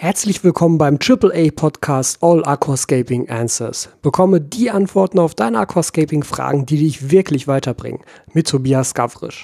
Herzlich willkommen beim AAA-Podcast All Aquascaping Answers. Bekomme die Antworten auf deine Aquascaping-Fragen, die dich wirklich weiterbringen. Mit Tobias Gavrisch.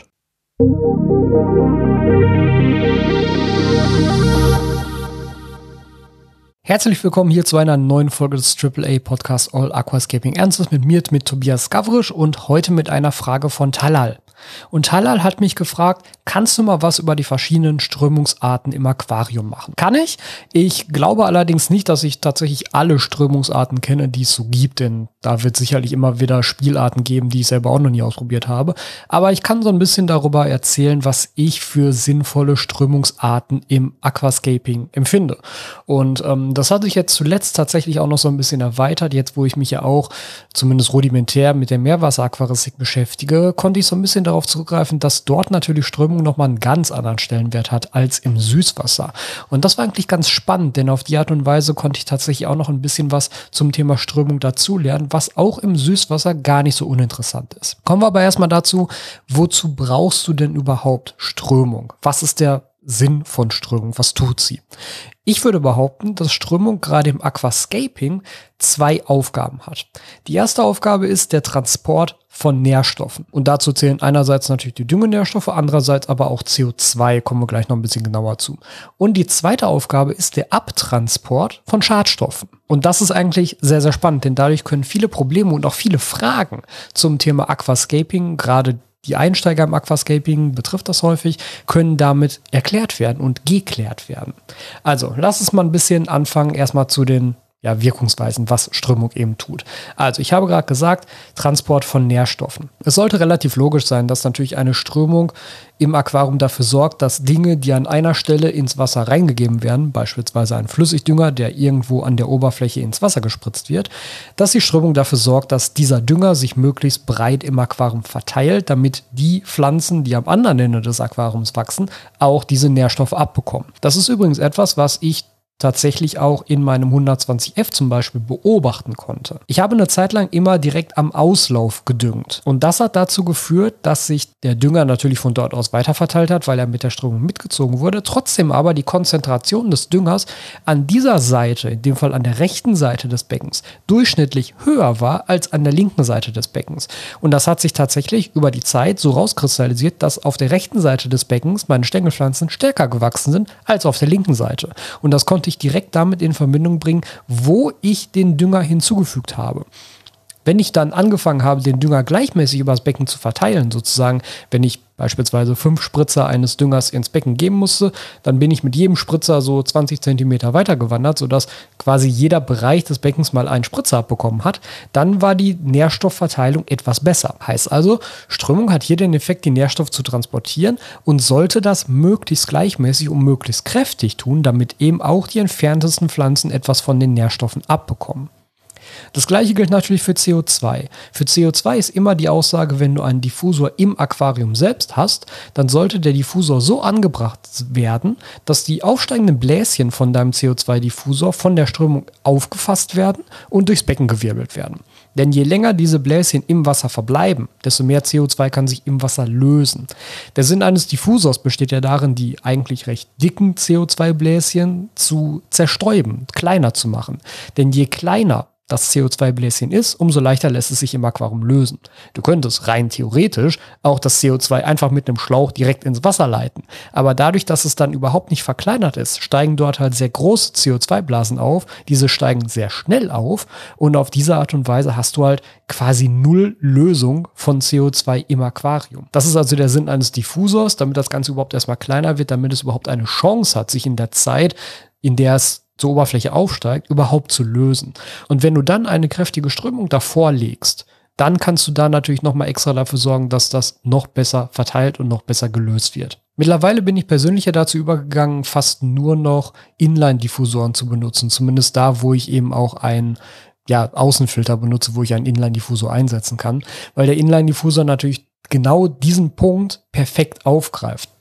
Herzlich willkommen hier zu einer neuen Folge des AAA-Podcasts All Aquascaping Answers mit mir, mit Tobias Gavrisch und heute mit einer Frage von Talal. Und Talal hat mich gefragt, kannst du mal was über die verschiedenen Strömungsarten im Aquarium machen? Kann ich? Ich glaube allerdings nicht, dass ich tatsächlich alle Strömungsarten kenne, die es so gibt, denn da wird sicherlich immer wieder Spielarten geben, die ich selber auch noch nie ausprobiert habe. Aber ich kann so ein bisschen darüber erzählen, was ich für sinnvolle Strömungsarten im Aquascaping empfinde. Und das hat sich jetzt zuletzt tatsächlich auch noch so ein bisschen erweitert. Jetzt, wo ich mich ja auch zumindest rudimentär mit der Meerwasseraquaristik beschäftige, konnte ich so ein bisschen darauf zurückgreifen, dass dort natürlich Strömung nochmal einen ganz anderen Stellenwert hat als im Süßwasser. Und das war eigentlich ganz spannend, denn auf die Art und Weise konnte ich tatsächlich auch noch ein bisschen was zum Thema Strömung dazulernen, was auch im Süßwasser gar nicht so uninteressant ist. Kommen wir aber erstmal dazu, wozu brauchst du denn überhaupt Strömung? Was ist der Sinn von Strömung? Was tut sie? Ich würde behaupten, dass Strömung gerade im Aquascaping zwei Aufgaben hat. Die erste Aufgabe ist der Transport von Nährstoffen. Und dazu zählen einerseits natürlich die Düngenährstoffe, andererseits aber auch CO2, kommen wir gleich noch ein bisschen genauer zu. Und die zweite Aufgabe ist der Abtransport von Schadstoffen. Und das ist eigentlich sehr, sehr spannend, denn dadurch können viele Probleme und auch viele Fragen zum Thema Aquascaping, gerade die Einsteiger im Aquascaping betrifft das häufig, können damit erklärt werden und geklärt werden. Also, lass uns mal ein bisschen anfangen, erstmal zu den Wirkungsweisen, was Strömung eben tut. Also, ich habe gerade gesagt, Transport von Nährstoffen. Es sollte relativ logisch sein, dass natürlich eine Strömung im Aquarium dafür sorgt, dass Dinge, die an einer Stelle ins Wasser reingegeben werden, beispielsweise ein Flüssigdünger, der irgendwo an der Oberfläche ins Wasser gespritzt wird, dass die Strömung dafür sorgt, dass dieser Dünger sich möglichst breit im Aquarium verteilt, damit die Pflanzen, die am anderen Ende des Aquariums wachsen, auch diese Nährstoffe abbekommen. Das ist übrigens etwas, was ich tatsächlich auch in meinem 120F zum Beispiel beobachten konnte. Ich habe eine Zeit lang immer direkt am Auslauf gedüngt. Und das hat dazu geführt, dass sich der Dünger natürlich von dort aus weiterverteilt hat, weil er mit der Strömung mitgezogen wurde. Trotzdem aber die Konzentration des Düngers an dieser Seite, in dem Fall an der rechten Seite des Beckens, durchschnittlich höher war als an der linken Seite des Beckens. Und das hat sich tatsächlich über die Zeit so rauskristallisiert, dass auf der rechten Seite des Beckens meine Stängelpflanzen stärker gewachsen sind als auf der linken Seite. Und das konnte ich direkt damit in Verbindung bringen, wo ich den Dünger hinzugefügt habe. Wenn ich dann angefangen habe, den Dünger gleichmäßig über das Becken zu verteilen, sozusagen, wenn ich beispielsweise 5 Spritzer eines Düngers ins Becken geben musste, dann bin ich mit jedem Spritzer so 20 Zentimeter weiter gewandert, sodass quasi jeder Bereich des Beckens mal einen Spritzer abbekommen hat. Dann war die Nährstoffverteilung etwas besser. Heißt also, Strömung hat hier den Effekt, die Nährstoffe zu transportieren und sollte das möglichst gleichmäßig und möglichst kräftig tun, damit eben auch die entferntesten Pflanzen etwas von den Nährstoffen abbekommen. Das gleiche gilt natürlich für CO2. Für CO2 ist immer die Aussage, wenn du einen Diffusor im Aquarium selbst hast, dann sollte der Diffusor so angebracht werden, dass die aufsteigenden Bläschen von deinem CO2-Diffusor von der Strömung aufgefasst werden und durchs Becken gewirbelt werden. Denn je länger diese Bläschen im Wasser verbleiben, desto mehr CO2 kann sich im Wasser lösen. Der Sinn eines Diffusors besteht ja darin, die eigentlich recht dicken CO2-Bläschen zu zerstäuben, kleiner zu machen. Denn je kleiner das CO2-Bläschen ist, umso leichter lässt es sich im Aquarium lösen. Du könntest rein theoretisch auch das CO2 einfach mit einem Schlauch direkt ins Wasser leiten. Aber dadurch, dass es dann überhaupt nicht verkleinert ist, steigen dort halt sehr große CO2-Blasen auf. Diese steigen sehr schnell auf und auf diese Art und Weise hast du halt quasi null Lösung von CO2 im Aquarium. Das ist also der Sinn eines Diffusors, damit das Ganze überhaupt erstmal kleiner wird, damit es überhaupt eine Chance hat, sich in der Zeit, in der es zur Oberfläche aufsteigt, überhaupt zu lösen. Und wenn du dann eine kräftige Strömung davor legst, dann kannst du da natürlich nochmal extra dafür sorgen, dass das noch besser verteilt und noch besser gelöst wird. Mittlerweile bin ich persönlich ja dazu übergegangen, fast nur noch Inline-Diffusoren zu benutzen, zumindest da, wo ich eben auch einen Außenfilter benutze, wo ich einen Inline-Diffusor einsetzen kann, weil der Inline-Diffusor natürlich genau diesen Punkt perfekt aufgreift.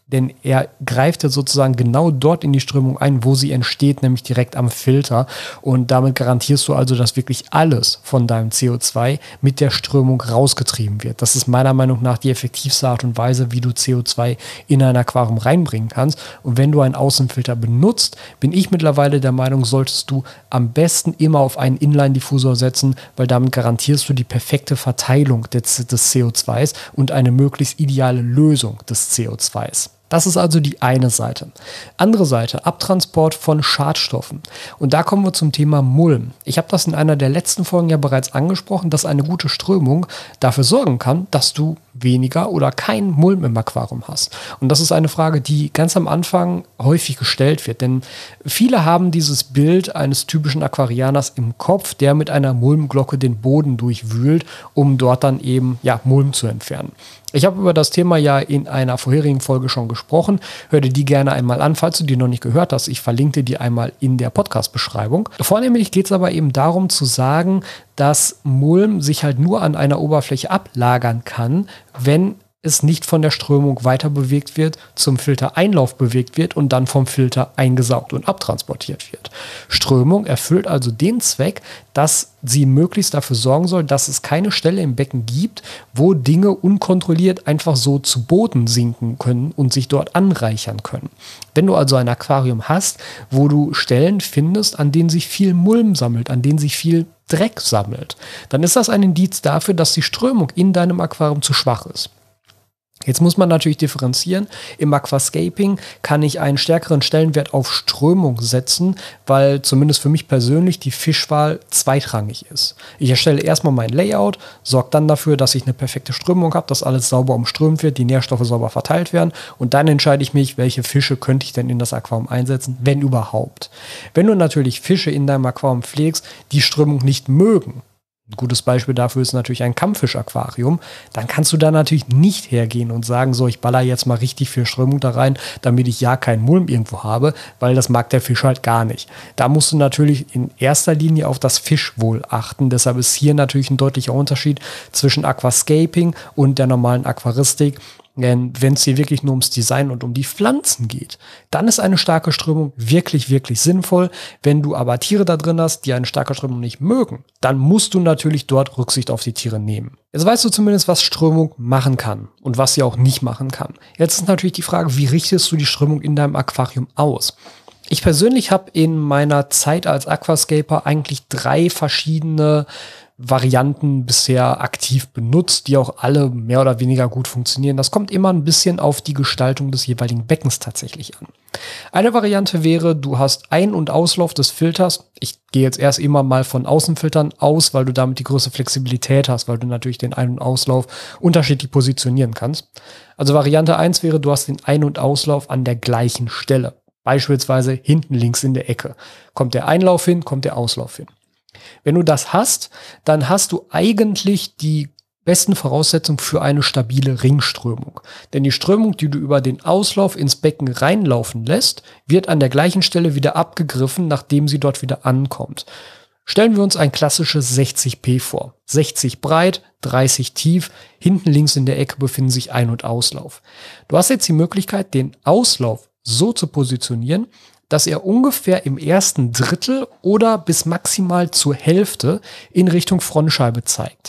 denn er greift ja sozusagen genau dort in die Strömung ein, wo sie entsteht, nämlich direkt am Filter. Und damit garantierst du also, dass wirklich alles von deinem CO2 mit der Strömung rausgetrieben wird. Das ist meiner Meinung nach die effektivste Art und Weise, wie du CO2 in ein Aquarium reinbringen kannst. Und wenn du einen Außenfilter benutzt, bin ich mittlerweile der Meinung, solltest du am besten immer auf einen Inline-Diffusor setzen, weil damit garantierst du die perfekte Verteilung des CO2s und eine möglichst ideale Lösung des CO2s. Das ist also die eine Seite. Andere Seite, Abtransport von Schadstoffen. Und da kommen wir zum Thema Mulm. Ich habe das in einer der letzten Folgen ja bereits angesprochen, dass eine gute Strömung dafür sorgen kann, dass du weniger oder keinen Mulm im Aquarium hast. Und das ist eine Frage, die ganz am Anfang häufig gestellt wird. Denn viele haben dieses Bild eines typischen Aquarianers im Kopf, der mit einer Mulmglocke den Boden durchwühlt, um dort dann eben Mulm zu entfernen. Ich habe über das Thema ja in einer vorherigen Folge schon gesprochen. Hör dir die gerne einmal an, falls du die noch nicht gehört hast. Ich verlinke dir die einmal in der Podcast-Beschreibung. Vornehmlich geht es aber eben darum zu sagen, dass Mulm sich halt nur an einer Oberfläche ablagern kann, wenn es nicht von der Strömung weiter bewegt wird, zum Filtereinlauf bewegt wird und dann vom Filter eingesaugt und abtransportiert wird. Strömung erfüllt also den Zweck, dass sie möglichst dafür sorgen soll, dass es keine Stelle im Becken gibt, wo Dinge unkontrolliert einfach so zu Boden sinken können und sich dort anreichern können. Wenn du also ein Aquarium hast, wo du Stellen findest, an denen sich viel Mulm sammelt, an denen sich viel Dreck sammelt, dann ist das ein Indiz dafür, dass die Strömung in deinem Aquarium zu schwach ist. Jetzt muss man natürlich differenzieren. Im Aquascaping kann ich einen stärkeren Stellenwert auf Strömung setzen, weil zumindest für mich persönlich die Fischwahl zweitrangig ist. Ich erstelle erstmal mein Layout, sorge dann dafür, dass ich eine perfekte Strömung habe, dass alles sauber umströmt wird, die Nährstoffe sauber verteilt werden und dann entscheide ich mich, welche Fische könnte ich denn in das Aquarium einsetzen, wenn überhaupt. Wenn du natürlich Fische in deinem Aquarium pflegst, die Strömung nicht mögen, ein gutes Beispiel dafür ist natürlich ein Kampffisch-Aquarium. Dann kannst du da natürlich nicht hergehen und sagen, so, ich baller jetzt mal richtig viel Strömung da rein, damit ich ja keinen Mulm irgendwo habe, weil das mag der Fisch halt gar nicht. Da musst du natürlich in erster Linie auf das Fischwohl achten. Deshalb ist hier natürlich ein deutlicher Unterschied zwischen Aquascaping und der normalen Aquaristik. Denn wenn es hier wirklich nur ums Design und um die Pflanzen geht, dann ist eine starke Strömung wirklich, wirklich sinnvoll. Wenn du aber Tiere da drin hast, die eine starke Strömung nicht mögen, dann musst du natürlich dort Rücksicht auf die Tiere nehmen. Jetzt weißt du zumindest, was Strömung machen kann und was sie auch nicht machen kann. Jetzt ist natürlich die Frage, wie richtest du die Strömung in deinem Aquarium aus? Ich persönlich habe in meiner Zeit als Aquascaper eigentlich 3 verschiedene Varianten bisher aktiv benutzt, die auch alle mehr oder weniger gut funktionieren. Das kommt immer ein bisschen auf die Gestaltung des jeweiligen Beckens tatsächlich an. Eine Variante wäre, du hast Ein- und Auslauf des Filters. Ich gehe jetzt erst immer mal von Außenfiltern aus, weil du damit die größte Flexibilität hast, weil du natürlich den Ein- und Auslauf unterschiedlich positionieren kannst. Also Variante 1 wäre, du hast den Ein- und Auslauf an der gleichen Stelle. Beispielsweise hinten links in der Ecke. Kommt der Einlauf hin, kommt der Auslauf hin. Wenn du das hast, dann hast du eigentlich die besten Voraussetzungen für eine stabile Ringströmung. Denn die Strömung, die du über den Auslauf ins Becken reinlaufen lässt, wird an der gleichen Stelle wieder abgegriffen, nachdem sie dort wieder ankommt. Stellen wir uns ein klassisches 60p vor. 60 breit, 30 tief, hinten links in der Ecke befinden sich Ein- und Auslauf. Du hast jetzt die Möglichkeit, den Auslauf so zu positionieren, dass er ungefähr im ersten Drittel oder bis maximal zur Hälfte in Richtung Frontscheibe zeigt.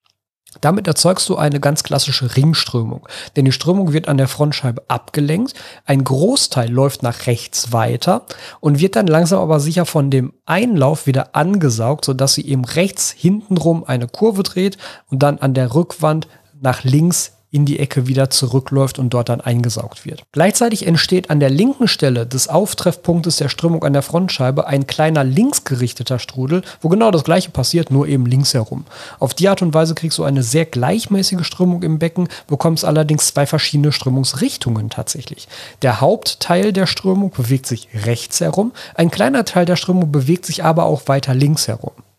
Damit erzeugst du eine ganz klassische Ringströmung, denn die Strömung wird an der Frontscheibe abgelenkt, ein Großteil läuft nach rechts weiter und wird dann langsam aber sicher von dem Einlauf wieder angesaugt, sodass sie eben rechts hintenrum eine Kurve dreht und dann an der Rückwand nach links in die Ecke wieder zurückläuft und dort dann eingesaugt wird. Gleichzeitig entsteht an der linken Stelle des Auftreffpunktes der Strömung an der Frontscheibe ein kleiner linksgerichteter Strudel, wo genau das gleiche passiert, nur eben links herum. Auf die Art und Weise kriegst du eine sehr gleichmäßige Strömung im Becken, bekommst allerdings 2 verschiedene Strömungsrichtungen tatsächlich. Der Hauptteil der Strömung bewegt sich rechts herum, ein kleiner Teil der Strömung bewegt sich aber auch weiter links herum.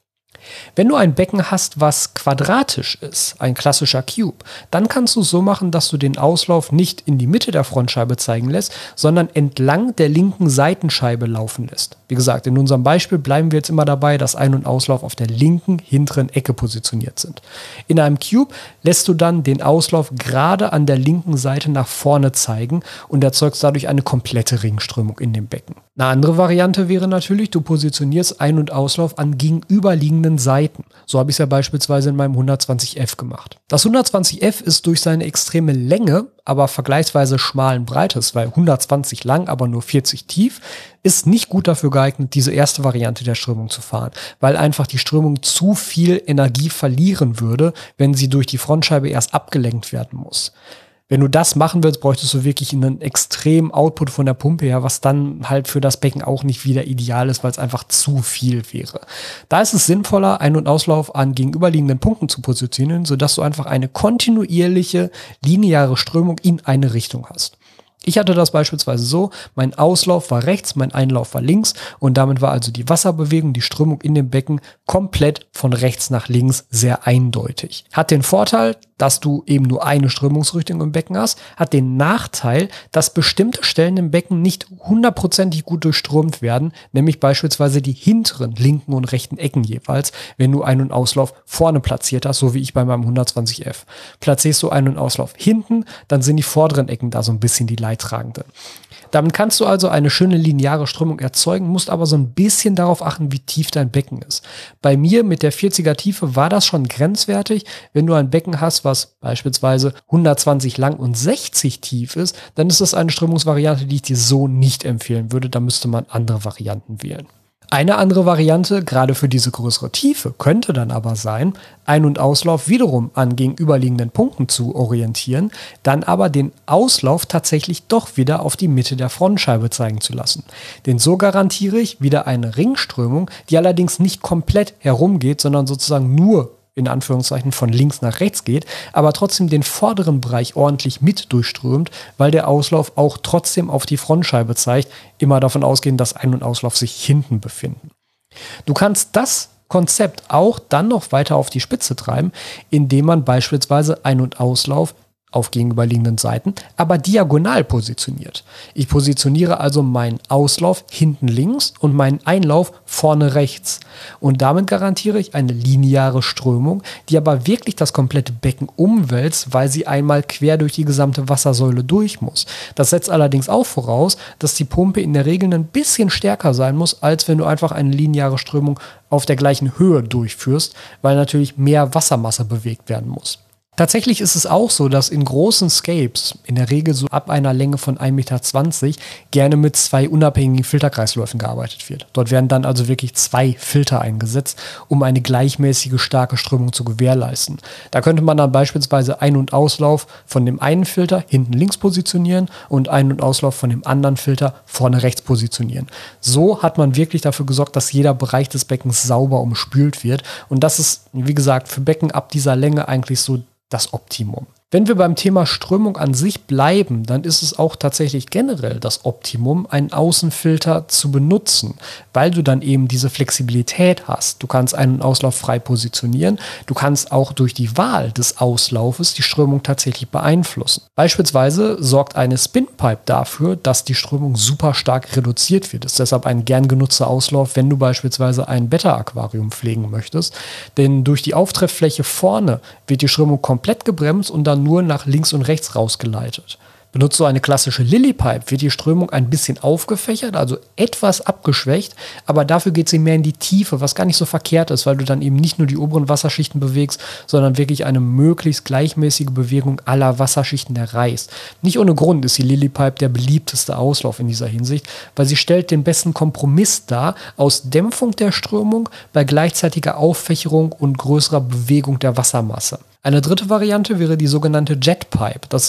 Wenn du ein Becken hast, was quadratisch ist, ein klassischer Cube, dann kannst du es so machen, dass du den Auslauf nicht in die Mitte der Frontscheibe zeigen lässt, sondern entlang der linken Seitenscheibe laufen lässt. Wie gesagt, in unserem Beispiel bleiben wir jetzt immer dabei, dass Ein- und Auslauf auf der linken hinteren Ecke positioniert sind. In einem Cube lässt du dann den Auslauf gerade an der linken Seite nach vorne zeigen und erzeugst dadurch eine komplette Ringströmung in dem Becken. Eine andere Variante wäre natürlich, du positionierst Ein- und Auslauf an gegenüberliegenden Seiten. So habe ich es ja beispielsweise in meinem 120F gemacht. Das 120F ist durch seine extreme Länge, aber vergleichsweise schmalen Breites, weil 120 lang, aber nur 40 tief, ist nicht gut dafür geeignet, diese erste Variante der Strömung zu fahren, weil einfach die Strömung zu viel Energie verlieren würde, wenn sie durch die Frontscheibe erst abgelenkt werden muss. Wenn du das machen willst, bräuchtest du wirklich einen extremen Output von der Pumpe her, was dann halt für das Becken auch nicht wieder ideal ist, weil es einfach zu viel wäre. Da ist es sinnvoller, Ein- und Auslauf an gegenüberliegenden Punkten zu positionieren, sodass du einfach eine kontinuierliche, lineare Strömung in eine Richtung hast. Ich hatte das beispielsweise so, mein Auslauf war rechts, mein Einlauf war links und damit war also die Wasserbewegung, die Strömung in dem Becken komplett von rechts nach links sehr eindeutig. Hat den Vorteil, dass du eben nur eine Strömungsrichtung im Becken hast, hat den Nachteil, dass bestimmte Stellen im Becken nicht hundertprozentig gut durchströmt werden, nämlich beispielsweise die hinteren linken und rechten Ecken jeweils, wenn du Ein- und Auslauf vorne platziert hast, so wie ich bei meinem 120F. Platzierst du Ein- und Auslauf hinten, dann sind die vorderen Ecken da so ein bisschen die Leidtragende. Damit kannst du also eine schöne lineare Strömung erzeugen, musst aber so ein bisschen darauf achten, wie tief dein Becken ist. Bei mir mit der 40er Tiefe war das schon grenzwertig. Wenn du ein Becken hast, was beispielsweise 120 lang und 60 tief ist, dann ist das eine Strömungsvariante, die ich dir so nicht empfehlen würde. Da müsste man andere Varianten wählen. Eine andere Variante, gerade für diese größere Tiefe, könnte dann aber sein, Ein- und Auslauf wiederum an gegenüberliegenden Punkten zu orientieren, dann aber den Auslauf tatsächlich doch wieder auf die Mitte der Frontscheibe zeigen zu lassen. Denn so garantiere ich wieder eine Ringströmung, die allerdings nicht komplett herumgeht, sondern sozusagen nur in Anführungszeichen von links nach rechts geht, aber trotzdem den vorderen Bereich ordentlich mit durchströmt, weil der Auslauf auch trotzdem auf die Frontscheibe zeigt, immer davon ausgehen, dass Ein- und Auslauf sich hinten befinden. Du kannst das Konzept auch dann noch weiter auf die Spitze treiben, indem man beispielsweise Ein- und Auslauf auf gegenüberliegenden Seiten, aber diagonal positioniert. Ich positioniere also meinen Auslauf hinten links und meinen Einlauf vorne rechts. Und damit garantiere ich eine lineare Strömung, die aber wirklich das komplette Becken umwälzt, weil sie einmal quer durch die gesamte Wassersäule durch muss. Das setzt allerdings auch voraus, dass die Pumpe in der Regel ein bisschen stärker sein muss, als wenn du einfach eine lineare Strömung auf der gleichen Höhe durchführst, weil natürlich mehr Wassermasse bewegt werden muss. Tatsächlich ist es auch so, dass in großen Scapes, in der Regel so ab einer Länge von 1,20 Meter, gerne mit 2 unabhängigen Filterkreisläufen gearbeitet wird. Dort werden dann also wirklich 2 Filter eingesetzt, um eine gleichmäßige, starke Strömung zu gewährleisten. Da könnte man dann beispielsweise Ein- und Auslauf von dem einen Filter hinten links positionieren und Ein- und Auslauf von dem anderen Filter vorne rechts positionieren. So hat man wirklich dafür gesorgt, dass jeder Bereich des Beckens sauber umspült wird. Und das ist, wie gesagt, für Becken ab dieser Länge eigentlich so das Optimum. Wenn wir beim Thema Strömung an sich bleiben, dann ist es auch tatsächlich generell das Optimum, einen Außenfilter zu benutzen, weil du dann eben diese Flexibilität hast. Du kannst Ein- und Auslauf frei positionieren. Du kannst auch durch die Wahl des Auslaufes die Strömung tatsächlich beeinflussen. Beispielsweise sorgt eine Spinpipe dafür, dass die Strömung super stark reduziert wird. Das ist deshalb ein gern genutzter Auslauf, wenn du beispielsweise ein Betta-Aquarium pflegen möchtest. Denn durch die Auftrefffläche vorne wird die Strömung komplett gebremst und dann nur nach links und rechts rausgeleitet. Benutzt du eine klassische Lilypipe, wird die Strömung ein bisschen aufgefächert, also etwas abgeschwächt, aber dafür geht sie mehr in die Tiefe, was gar nicht so verkehrt ist, weil du dann eben nicht nur die oberen Wasserschichten bewegst, sondern wirklich eine möglichst gleichmäßige Bewegung aller Wasserschichten erreichst. Nicht ohne Grund ist die Lilypipe der beliebteste Auslauf in dieser Hinsicht, weil sie stellt den besten Kompromiss dar aus Dämpfung der Strömung bei gleichzeitiger Auffächerung und größerer Bewegung der Wassermasse. Eine dritte Variante wäre die sogenannte Jetpipe. Das ist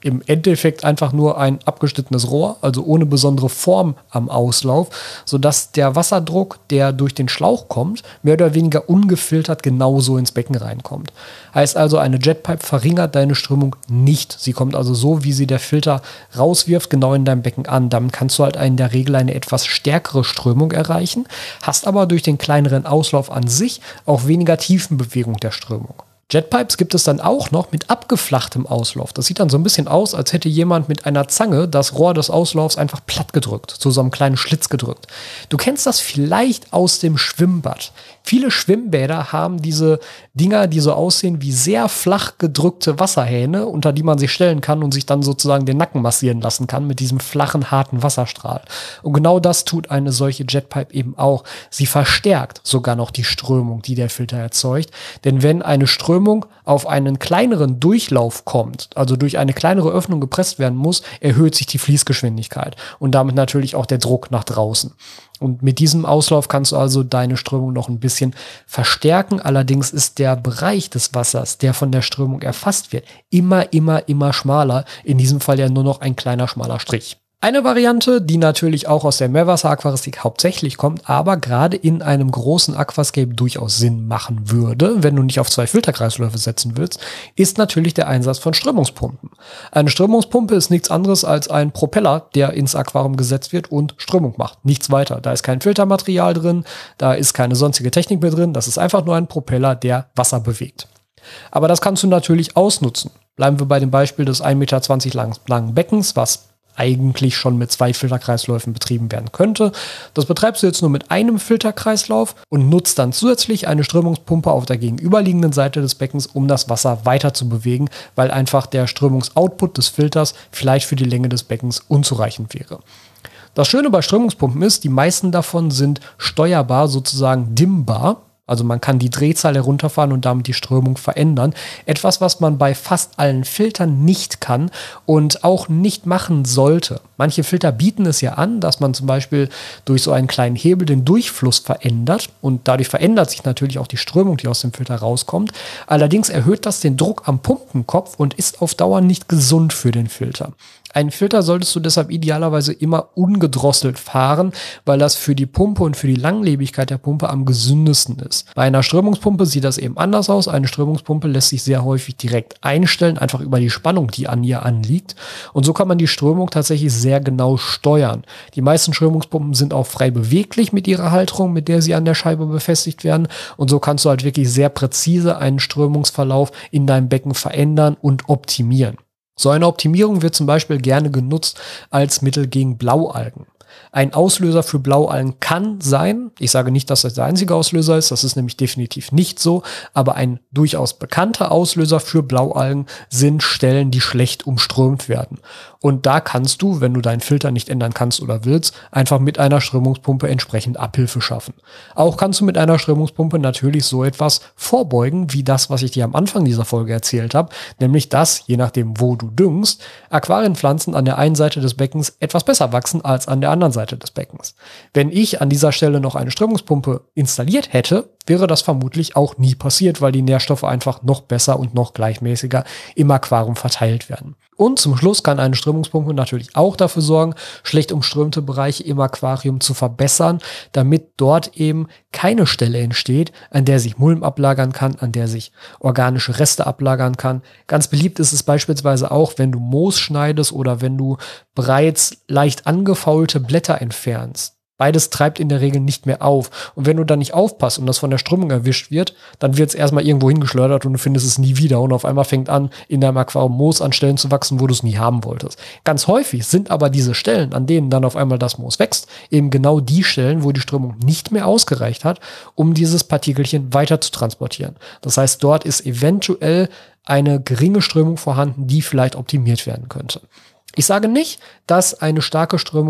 im Endeffekt einfach nur ein abgeschnittenes Rohr, also ohne besondere Form am Auslauf, sodass der Wasserdruck, der durch den Schlauch kommt, mehr oder weniger ungefiltert genauso ins Becken reinkommt. Heißt also, eine Jetpipe verringert deine Strömung nicht. Sie kommt also so, wie sie der Filter rauswirft, genau in deinem Becken an. Damit kannst du halt in der Regel eine etwas stärkere Strömung erreichen, hast aber durch den kleineren Auslauf an sich auch weniger Tiefenbewegung der Strömung. Jetpipes gibt es dann auch noch mit abgeflachtem Auslauf. Das sieht dann so ein bisschen aus, als hätte jemand mit einer Zange das Rohr des Auslaufs einfach platt gedrückt, zu so einem kleinen Schlitz gedrückt. Du kennst das vielleicht aus dem Schwimmbad. Viele Schwimmbäder haben diese Dinger, die so aussehen wie sehr flach gedrückte Wasserhähne, unter die man sich stellen kann und sich dann sozusagen den Nacken massieren lassen kann mit diesem flachen, harten Wasserstrahl. Und genau das tut eine solche Jetpipe eben auch. Sie verstärkt sogar noch die Strömung, die der Filter erzeugt. Denn wenn eine Strömung auf einen kleineren Durchlauf kommt, also durch eine kleinere Öffnung gepresst werden muss, erhöht sich die Fließgeschwindigkeit und damit natürlich auch der Druck nach draußen. Und mit diesem Auslauf kannst du also deine Strömung noch ein bisschen verstärken. Allerdings ist der Bereich des Wassers, der von der Strömung erfasst wird, immer schmaler. In diesem Fall ja nur noch ein kleiner, schmaler Strich. Eine Variante, die natürlich auch aus der Meerwasser-Aquaristik hauptsächlich kommt, aber gerade in einem großen Aquascape durchaus Sinn machen würde, wenn du nicht auf 2 Filterkreisläufe setzen willst, ist natürlich der Einsatz von Strömungspumpen. Eine Strömungspumpe ist nichts anderes als ein Propeller, der ins Aquarium gesetzt wird und Strömung macht. Nichts weiter. Da ist kein Filtermaterial drin, da ist keine sonstige Technik mehr drin. Das ist einfach nur ein Propeller, der Wasser bewegt. Aber das kannst du natürlich ausnutzen. Bleiben wir bei dem Beispiel des 1,20 Meter langen Beckens, was eigentlich schon mit 2 Filterkreisläufen betrieben werden könnte. Das betreibst du jetzt nur mit einem Filterkreislauf und nutzt dann zusätzlich eine Strömungspumpe auf der gegenüberliegenden Seite des Beckens, um das Wasser weiter zu bewegen, weil einfach der Strömungsoutput des Filters vielleicht für die Länge des Beckens unzureichend wäre. Das Schöne bei Strömungspumpen ist, die meisten davon sind steuerbar, sozusagen dimmbar. Also man kann die Drehzahl herunterfahren und damit die Strömung verändern. Etwas, was man bei fast allen Filtern nicht kann und auch nicht machen sollte. Manche Filter bieten es ja an, dass man zum Beispiel durch so einen kleinen Hebel den Durchfluss verändert und dadurch verändert sich natürlich auch die Strömung, die aus dem Filter rauskommt. Allerdings erhöht das den Druck am Pumpenkopf und ist auf Dauer nicht gesund für den Filter. Einen Filter solltest du deshalb idealerweise immer ungedrosselt fahren, weil das für die Pumpe und für die Langlebigkeit der Pumpe am gesündesten ist. Bei einer Strömungspumpe sieht das eben anders aus. Eine Strömungspumpe lässt sich sehr häufig direkt einstellen, einfach über die Spannung, die an ihr anliegt. Und so kann man die Strömung tatsächlich sehr genau steuern. Die meisten Strömungspumpen sind auch frei beweglich mit ihrer Halterung, mit der sie an der Scheibe befestigt werden. Und so kannst du halt wirklich sehr präzise einen Strömungsverlauf in deinem Becken verändern und optimieren. So eine Optimierung wird zum Beispiel gerne genutzt als Mittel gegen Blaualgen. Ein Auslöser für Blaualgen kann sein, ich sage nicht, dass das der einzige Auslöser ist, das ist nämlich definitiv nicht so, aber ein durchaus bekannter Auslöser für Blaualgen sind Stellen, die schlecht umströmt werden. Und da kannst du, wenn du deinen Filter nicht ändern kannst oder willst, einfach mit einer Strömungspumpe entsprechend Abhilfe schaffen. Auch kannst du mit einer Strömungspumpe natürlich so etwas vorbeugen, wie das, was ich dir am Anfang dieser Folge erzählt habe, nämlich dass, je nachdem wo du düngst, Aquarienpflanzen an der einen Seite des Beckens etwas besser wachsen als an der anderen Seite des Beckens. Wenn ich an dieser Stelle noch eine Strömungspumpe installiert hätte, wäre das vermutlich auch nie passiert, weil die Nährstoffe einfach noch besser und noch gleichmäßiger im Aquarium verteilt werden. Und zum Schluss kann eine Strömungspumpe natürlich auch dafür sorgen, schlecht umströmte Bereiche im Aquarium zu verbessern, damit dort eben keine Stelle entsteht, an der sich Mulm ablagern kann, an der sich organische Reste ablagern kann. Ganz beliebt ist es beispielsweise auch, wenn du Moos schneidest oder wenn du bereits leicht angefaulte Blätter entfernst. Beides treibt in der Regel nicht mehr auf. Und wenn du dann nicht aufpasst und das von der Strömung erwischt wird, dann wird es erstmal irgendwo hingeschleudert und du findest es nie wieder. Und auf einmal fängt an, in deinem Aquarium Moos an Stellen zu wachsen, wo du es nie haben wolltest. Ganz häufig sind aber diese Stellen, an denen dann auf einmal das Moos wächst, eben genau die Stellen, wo die Strömung nicht mehr ausgereicht hat, um dieses Partikelchen weiter zu transportieren. Das heißt, dort ist eventuell eine geringe Strömung vorhanden, die vielleicht optimiert werden könnte. Ich sage nicht, dass eine starke Strömung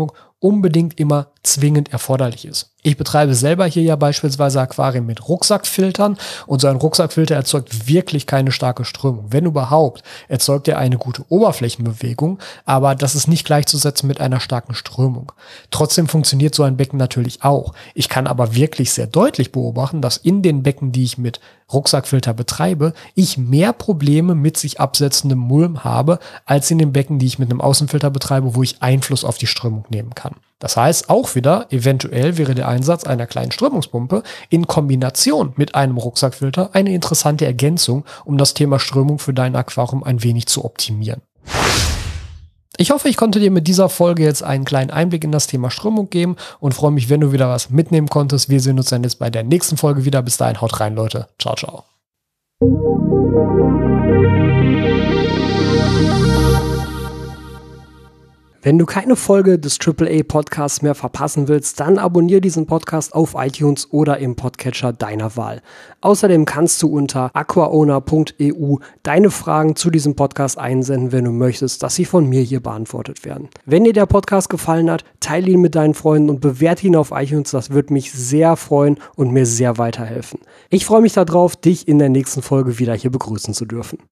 unbedingt immer zwingend erforderlich ist. Ich betreibe selber hier ja beispielsweise Aquarien mit Rucksackfiltern und so ein Rucksackfilter erzeugt wirklich keine starke Strömung. Wenn überhaupt, erzeugt er eine gute Oberflächenbewegung, aber das ist nicht gleichzusetzen mit einer starken Strömung. Trotzdem funktioniert so ein Becken natürlich auch. Ich kann aber wirklich sehr deutlich beobachten, dass in den Becken, die ich mit Rucksackfilter betreibe, ich mehr Probleme mit sich absetzendem Mulm habe, als in den Becken, die ich mit einem Außenfilter betreibe, wo ich Einfluss auf die Strömung nehmen kann. Das heißt, auch wieder, eventuell wäre der Einsatz einer kleinen Strömungspumpe in Kombination mit einem Rucksackfilter eine interessante Ergänzung, um das Thema Strömung für dein Aquarium ein wenig zu optimieren. Ich hoffe, ich konnte dir mit dieser Folge jetzt einen kleinen Einblick in das Thema Strömung geben und freue mich, wenn du wieder was mitnehmen konntest. Wir sehen uns dann jetzt bei der nächsten Folge wieder. Bis dahin, haut rein, Leute. Ciao, ciao. Wenn du keine Folge des AAA Podcasts mehr verpassen willst, dann abonniere diesen Podcast auf iTunes oder im Podcatcher deiner Wahl. Außerdem kannst du unter aquaowner.eu deine Fragen zu diesem Podcast einsenden, wenn du möchtest, dass sie von mir hier beantwortet werden. Wenn dir der Podcast gefallen hat, teile ihn mit deinen Freunden und bewerte ihn auf iTunes. Das würde mich sehr freuen und mir sehr weiterhelfen. Ich freue mich darauf, dich in der nächsten Folge wieder hier begrüßen zu dürfen.